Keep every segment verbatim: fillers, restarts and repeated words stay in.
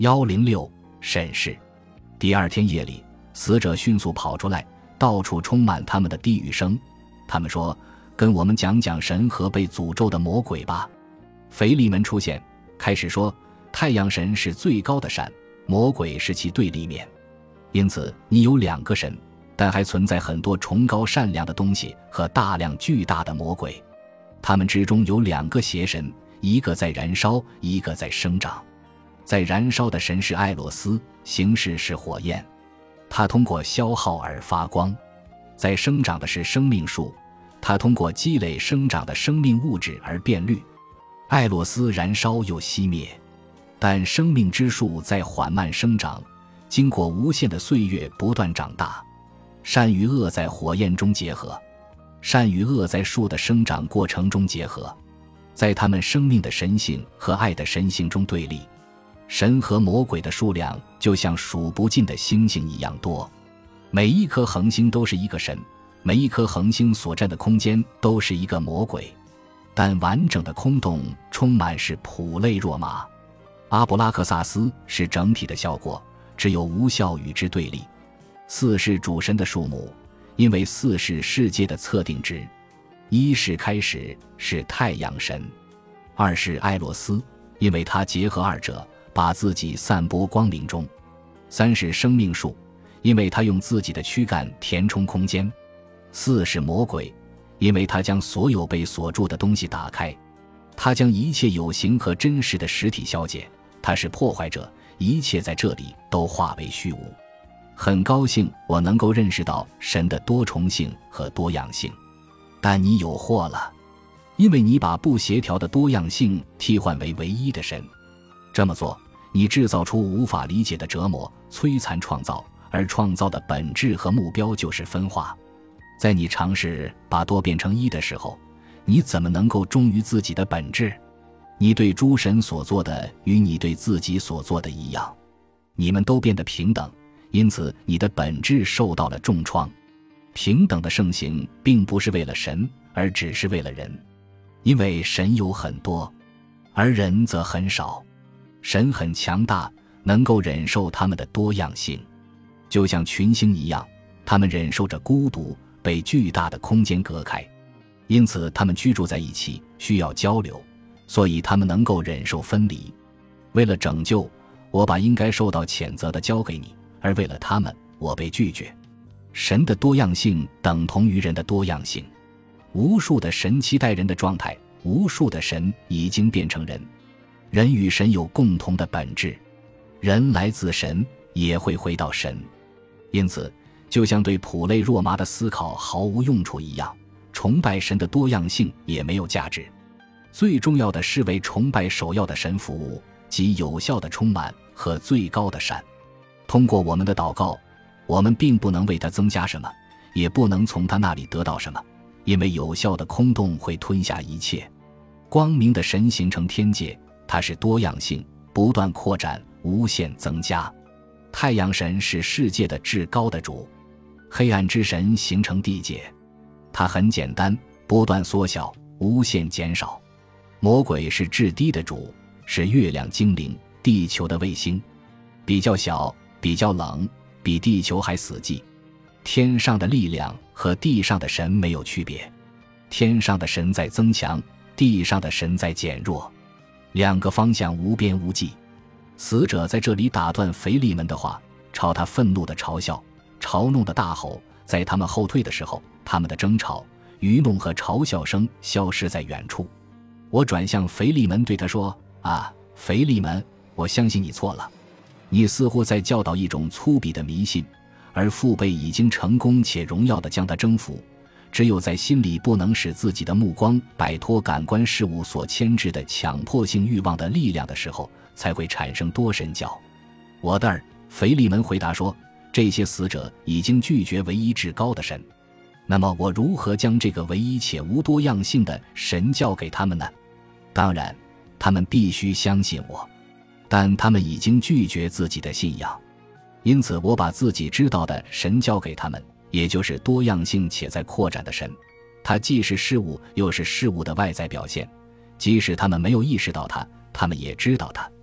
一零六审视。第二天夜里，死者迅速跑出来，到处充满他们的低语声。他们说，跟我们讲讲神和被诅咒的魔鬼吧。腓利门出现，开始说，太阳神是最高的善，魔鬼是其对立面。因此你有两个神，但还存在很多崇高善良的东西和大量巨大的魔鬼。他们之中有两个邪神，一个在燃烧，一个在生长。在燃烧的神是艾洛斯，形式是火焰，它通过消耗而发光。在生长的是生命树，它通过积累生长的生命物质而变绿。艾洛斯燃烧又熄灭，但生命之树在缓慢生长，经过无限的岁月不断长大。善与恶在火焰中结合，善与恶在树的生长过程中结合，在他们生命的神性和爱的神性中对立。神和魔鬼的数量就像数不尽的星星一样多，每一颗恒星都是一个神，每一颗恒星所占的空间都是一个魔鬼。但完整的空洞充满是普类若马。阿布拉克萨斯是整体的效果，只有无效与之对立。四是主神的数目，因为四是世界的测定值。一是开始，是太阳神。二是艾洛斯，因为它结合二者，把自己散播光明中。三是生命树，因为它用自己的躯干填充空间。四是魔鬼，因为它将所有被锁住的东西打开，它将一切有形和真实的实体消解，它是破坏者，一切在这里都化为虚无。很高兴我能够认识到神的多重性和多样性，但你有祸了，因为你把不协调的多样性替换为唯一的神。这么做，你制造出无法理解的折磨，摧残创造，而创造的本质和目标就是分化。在你尝试把多变成一的时候，你怎么能够忠于自己的本质？你对诸神所做的与你对自己所做的一样，你们都变得平等，因此你的本质受到了重创。平等的盛行并不是为了神，而只是为了人，因为神有很多，而人则很少。神很强大，能够忍受他们的多样性，就像群星一样，他们忍受着孤独，被巨大的空间隔开，因此他们居住在一起，需要交流，所以他们能够忍受分离。为了拯救，我把应该受到谴责的交给你，而为了他们，我被拒绝。神的多样性等同于人的多样性。无数的神期待人的状态，无数的神已经变成人。人与神有共同的本质，人来自神，也会回到神。因此，就像对普类若麻的思考毫无用处一样，崇拜神的多样性也没有价值。最重要的是为崇拜首要的神服务，即有效的充满和最高的善。通过我们的祷告，我们并不能为他增加什么，也不能从他那里得到什么，因为有效的空洞会吞下一切。光明的神形成天界，它是多样性，不断扩展，无限增加。太阳神是世界的至高的主，黑暗之神形成地界，它很简单，不断缩小，无限减少。魔鬼是至低的主，是月亮精灵，地球的卫星，比较小，比较冷，比地球还死寂。天上的力量和地上的神没有区别，天上的神在增强，地上的神在减弱，两个方向无边无际。死者在这里打断腓利门的话，朝他愤怒的嘲笑，嘲弄的大吼。在他们后退的时候，他们的争吵、愚弄和嘲笑声消失在远处。我转向腓利门对他说，啊，腓利门，我相信你错了，你似乎在教导一种粗鄙的迷信，而父辈已经成功且荣耀地将它征服。只有在心里不能使自己的目光摆脱感官事物所牵制的强迫性欲望的力量的时候，才会产生多神教。我的儿，腓利门回答说，这些死者已经拒绝唯一至高的神，那么我如何将这个唯一且无多样性的神教给他们呢？当然，他们必须相信我，但他们已经拒绝自己的信仰，因此我把自己知道的神教给他们，也就是多样性且在扩展的神。它既是事物，又是事物的外在表现，即使他们没有意识到它，他们也知道它。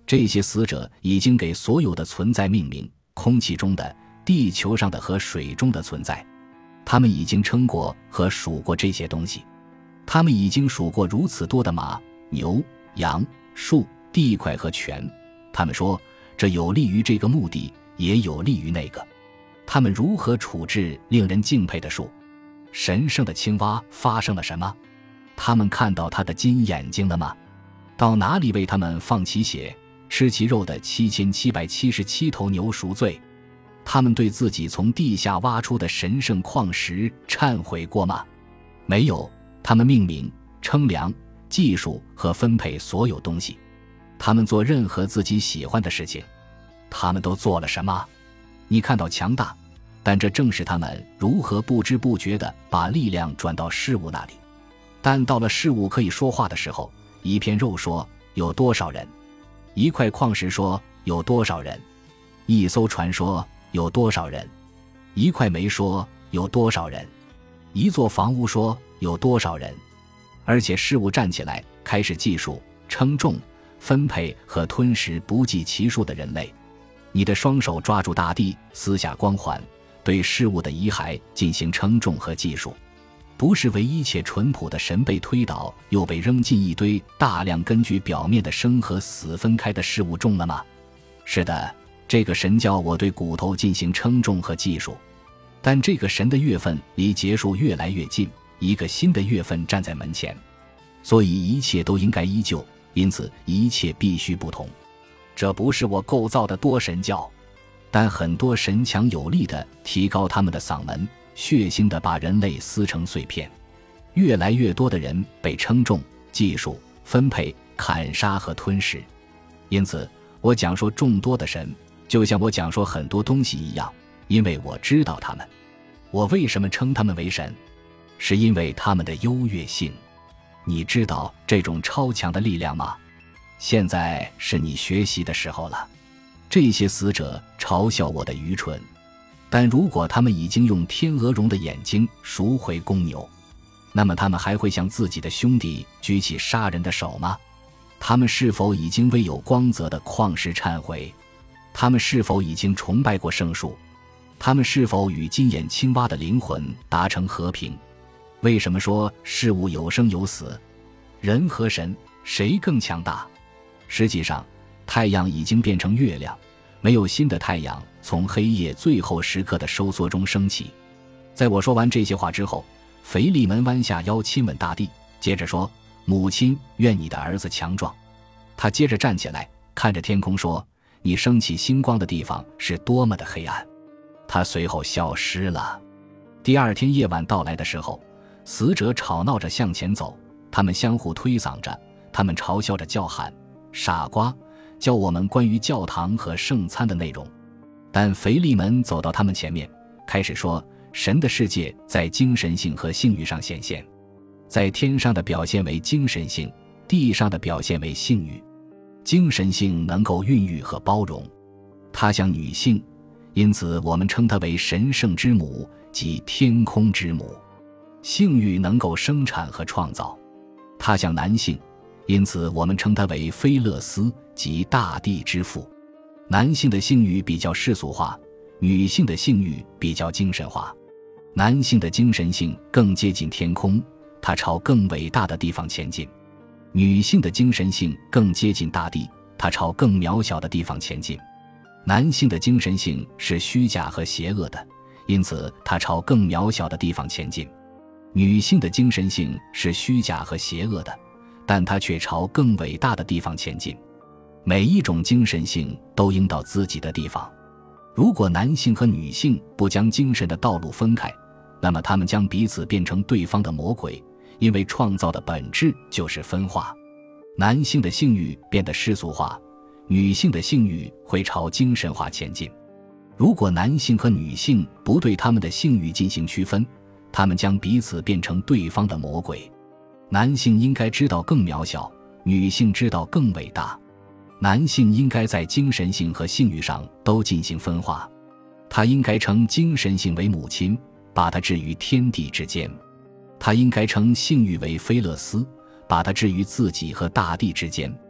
这些死者已经给所有的存在命名，空气中的、地球上的和水中的存在。他们已经称过和数过这些东西，他们已经数过如此多的马、牛、羊、树、地块和泉。他们说，这有利于这个目的，也有利于那个。他们如何处置令人敬佩的树？神圣的青蛙发生了什么？他们看到他的金眼睛了吗？到哪里为他们放其血、吃其肉的七千七百七十七头牛赎罪？他们对自己从地下挖出的神圣矿石忏悔过吗？没有。他们命名、称量、计数和分配所有东西。他们做任何自己喜欢的事情。他们都做了什么？你看到强大，但这正是他们如何不知不觉地把力量转到事物那里。但到了事物可以说话的时候，一片肉说有多少人，一块矿石说有多少人，一艘船说有多少人，一块煤说有多少人，一座房屋说有多少人。而且事物站起来开始计数、称重、分配和吞食不计其数的人类。你的双手抓住大地，撕下光环，对事物的遗骸进行称重和计数。不是为一切淳朴的神被推倒，又被扔进一堆大量根据表面的生和死分开的事物中了吗？是的，这个神叫我对骨头进行称重和计数。但这个神的月份离结束越来越近，一个新的月份站在门前，所以一切都应该依旧，因此一切必须不同。这不是我构造的多神教，但很多神强有力地提高他们的嗓门，血腥地把人类撕成碎片。越来越多的人被称重、计数、分配、砍杀和吞噬。因此我讲说众多的神，就像我讲说很多东西一样，因为我知道他们。我为什么称他们为神？是因为他们的优越性。你知道这种超强的力量吗？现在是你学习的时候了。这些死者嘲笑我的愚蠢，但如果他们已经用天鹅绒的眼睛赎回公牛，那么他们还会向自己的兄弟举起杀人的手吗？他们是否已经为有光泽的矿石忏悔？他们是否已经崇拜过圣树？他们是否与金眼青蛙的灵魂达成和平？为什么说事物有生有死？人和神谁更强大？实际上太阳已经变成月亮，没有新的太阳从黑夜最后时刻的收缩中升起。在我说完这些话之后，腓利门弯下腰亲吻大地，接着说，母亲，愿你的儿子强壮。他接着站起来，看着天空说，你升起星光的地方是多么的黑暗。他随后消失了。第二天夜晚到来的时候，死者吵闹着向前走，他们相互推搡着，他们嘲笑着叫喊，傻瓜，教我们关于教堂和圣餐的内容。但腓利门走到他们前面，开始说，神的世界在精神性和性欲上显现，在天上的表现为精神性，地上的表现为性欲。精神性能够孕育和包容，它像女性，因此我们称它为神圣之母，即天空之母。性欲能够生产和创造，它像男性，因此我们称它为菲勒斯，即大地之父。男性的性欲比较世俗化，女性的性欲比较精神化。男性的精神性更接近天空，它朝更伟大的地方前进；女性的精神性更接近大地，它朝更渺小的地方前进。男性的精神性是虚假和邪恶的，因此它朝更渺小的地方前进；女性的精神性是虚假和邪恶的，但它却朝更伟大的地方前进。每一种精神性都应到自己的地方。如果男性和女性不将精神的道路分开，那么他们将彼此变成对方的魔鬼，因为创造的本质就是分化。男性的性欲变得世俗化，女性的性欲会朝精神化前进。如果男性和女性不对他们的性欲进行区分，他们将彼此变成对方的魔鬼。男性应该知道更渺小，女性知道更伟大。男性应该在精神性和性欲上都进行分化，他应该称精神性为母亲，把它置于天地之间；他应该称性欲为菲勒斯，把它置于自己和大地之间。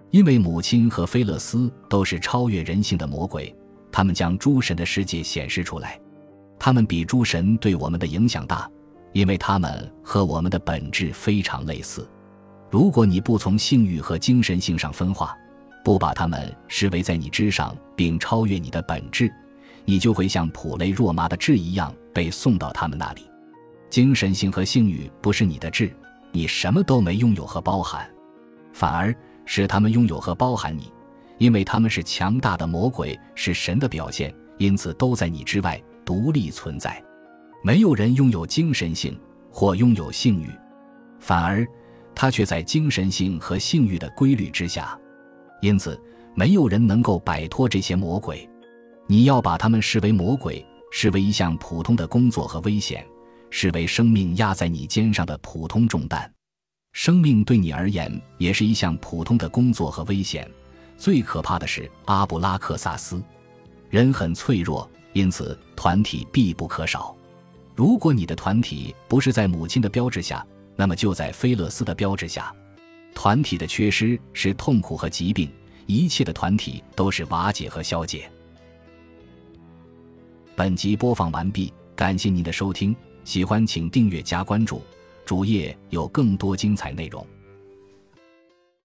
因为母亲和菲勒斯都是超越人性的魔鬼，他们将诸神的世界显示出来。他们比诸神对我们的影响大，因为他们和我们的本质非常类似。如果你不从性欲和精神性上分化，不把他们视为在你之上并超越你的本质，你就会像普雷若麻的质一样被送到他们那里。精神性和性欲不是你的质，你什么都没拥有和包含，反而是他们拥有和包含你，因为他们是强大的魔鬼，是神的表现，因此都在你之外独立存在。没有人拥有精神性或拥有性欲，反而他却在精神性和性欲的规律之下，因此没有人能够摆脱这些魔鬼。你要把他们视为魔鬼，视为一项普通的工作和危险，视为生命压在你肩上的普通重担。生命对你而言也是一项普通的工作和危险。最可怕的是阿布拉克萨斯。人很脆弱，因此团体必不可少。如果你的团体不是在母亲的标志下，那么就在菲勒斯的标志下。团体的缺失是痛苦和疾病，一切的团体都是瓦解和消解。本集播放完毕，感谢您的收听，喜欢请订阅加关注，主页有更多精彩内容。